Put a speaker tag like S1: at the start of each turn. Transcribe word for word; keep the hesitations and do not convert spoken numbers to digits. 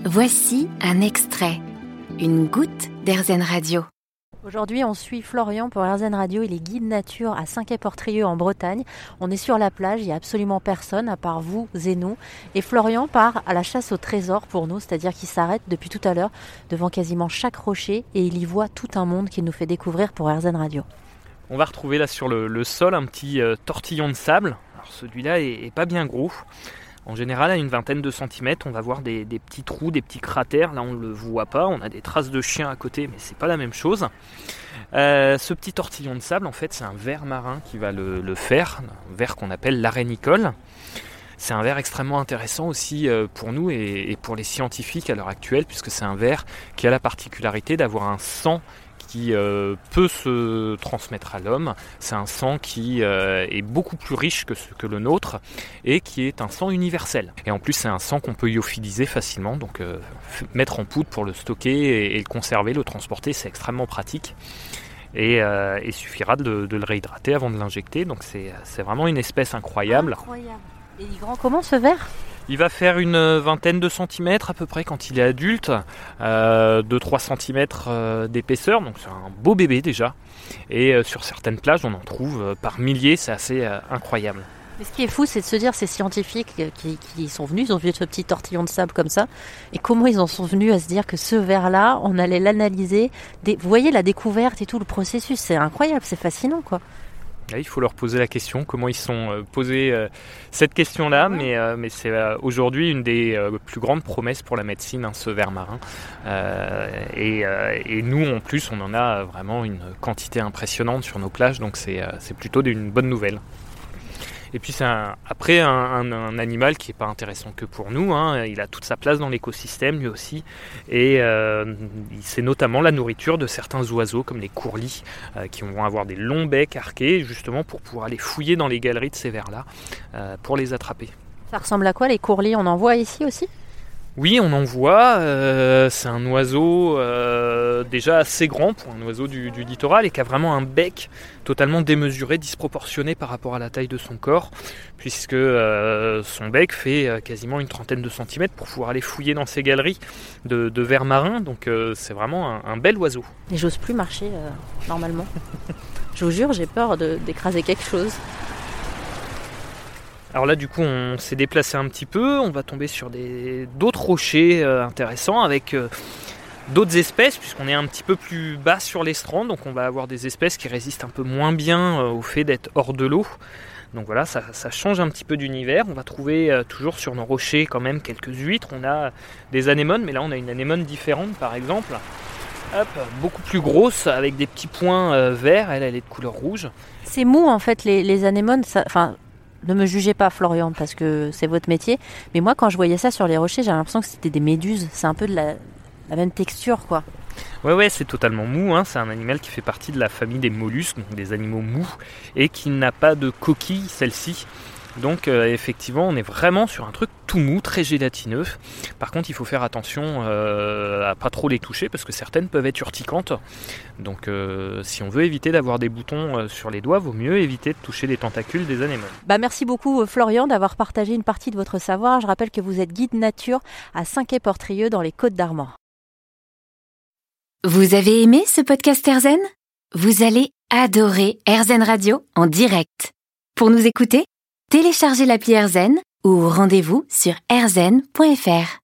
S1: Voici un extrait, une goutte d'Airzen Radio.
S2: Aujourd'hui, on suit Florian pour Airzen Radio. Il est guide nature à Saint-Quay-Portrieux en Bretagne. On est sur la plage, il n'y a absolument personne à part vous et nous. Et Florian part à la chasse au trésor pour nous, c'est-à-dire qu'il s'arrête depuis tout à l'heure devant quasiment chaque rocher et il y voit tout un monde qu'il nous fait découvrir pour Airzen Radio.
S3: On va retrouver là sur le, le sol un petit euh, tortillon de sable. Alors celui-là est, est pas bien gros. En général, à une vingtaine de centimètres, on va voir des, des petits trous, des petits cratères. Là, on ne le voit pas. On a des traces de chiens à côté, mais c'est pas la même chose. Euh, ce petit tortillon de sable, en fait, c'est un ver marin qui va le, le faire, un ver qu'on appelle l'arénicole. C'est un ver extrêmement intéressant aussi pour nous et, et pour les scientifiques à l'heure actuelle, puisque c'est un ver qui a la particularité d'avoir un sang qui euh, peut se transmettre à l'homme. C'est un sang qui euh, est beaucoup plus riche que, ce, que le nôtre et qui est un sang universel. Et en plus, c'est un sang qu'on peut lyophiliser facilement, donc euh, f- mettre en poudre pour le stocker et, et le conserver, le transporter, c'est extrêmement pratique. Et euh, il suffira de, de le réhydrater avant de l'injecter, donc c'est, c'est vraiment une espèce incroyable.
S2: Incroyable. Et il est grand comment ce ver ?
S3: Il va faire une vingtaine de centimètres à peu près quand il est adulte, euh, deux à trois centimètres euh, d'épaisseur, donc c'est un beau bébé déjà. Et euh, sur certaines plages, on en trouve euh, par milliers, c'est assez euh, incroyable.
S2: Mais ce qui est fou, c'est de se dire, ces scientifiques qui, qui sont venus, ils ont vu ce petit tortillon de sable comme ça, et comment ils en sont venus à se dire que ce ver-là, on allait l'analyser. Des, vous voyez la découverte et tout le processus, c'est incroyable, c'est fascinant quoi.
S3: Là, il faut leur poser la question, comment ils se sont euh, posés euh, cette question-là, ouais. mais, euh, mais c'est euh, aujourd'hui une des euh, plus grandes promesses pour la médecine, hein, ce ver marin. Euh, et, euh, et nous, en plus, on en a vraiment une quantité impressionnante sur nos plages, donc c'est, euh, c'est plutôt une bonne nouvelle. Et puis c'est un, après un, un, un animal qui n'est pas intéressant que pour nous, hein. Il a toute sa place dans l'écosystème lui aussi, et euh, c'est notamment la nourriture de certains oiseaux comme les courlis euh, qui vont avoir des longs becs arqués justement pour pouvoir aller fouiller dans les galeries de ces vers-là euh, pour les attraper.
S2: Ça ressemble à quoi les courlis ? On en voit ici aussi ?
S3: Oui, on en voit, euh, c'est un oiseau euh, déjà assez grand pour un oiseau du, du littoral et qui a vraiment un bec totalement démesuré, disproportionné par rapport à la taille de son corps, puisque euh, son bec fait quasiment une trentaine de centimètres pour pouvoir aller fouiller dans ces galeries de, de vers marins, donc euh, c'est vraiment un, un bel oiseau.
S2: Et j'ose plus marcher euh, normalement, je vous jure, j'ai peur de, d'écraser quelque chose.
S3: Alors là, du coup, on s'est déplacé un petit peu, on va tomber sur des, d'autres rochers euh, intéressants avec euh, d'autres espèces, puisqu'on est un petit peu plus bas sur l'estran, donc on va avoir des espèces qui résistent un peu moins bien euh, au fait d'être hors de l'eau. Donc voilà, ça, ça change un petit peu d'univers. On va trouver euh, toujours sur nos rochers quand même quelques huîtres. On a des anémones, mais là on a une anémone différente par exemple. Hop, beaucoup plus grosse, avec des petits points euh, verts, elle, elle est de couleur rouge.
S2: C'est mou en fait, les, les anémones, ça, enfin... Ne me jugez pas Florian parce que c'est votre métier, mais moi quand je voyais ça sur les rochers, j'avais l'impression que c'était des méduses, c'est un peu de la, la même texture quoi.
S3: Ouais ouais, c'est totalement mou, hein. C'est un animal qui fait partie de la famille des mollusques, donc des animaux mous, et qui n'a pas de coquille celle-ci. Donc euh, effectivement on est vraiment sur un truc tout mou, très gélatineux. Par contre il faut faire attention euh, à pas trop les toucher parce que certaines peuvent être urticantes. Donc euh, si on veut éviter d'avoir des boutons euh, sur les doigts, vaut mieux éviter de toucher les tentacules des anémones.
S2: Bah merci beaucoup Florian d'avoir partagé une partie de votre savoir. Je rappelle que vous êtes guide nature à Saint-Quay-Portrieux dans les Côtes-d'Armor.
S1: Vous avez aimé ce podcast Airzen ? Vous allez adorer Airzen Radio en direct. Pour nous écouter, téléchargez l'appli Airzen ou rendez-vous sur airzen point f r.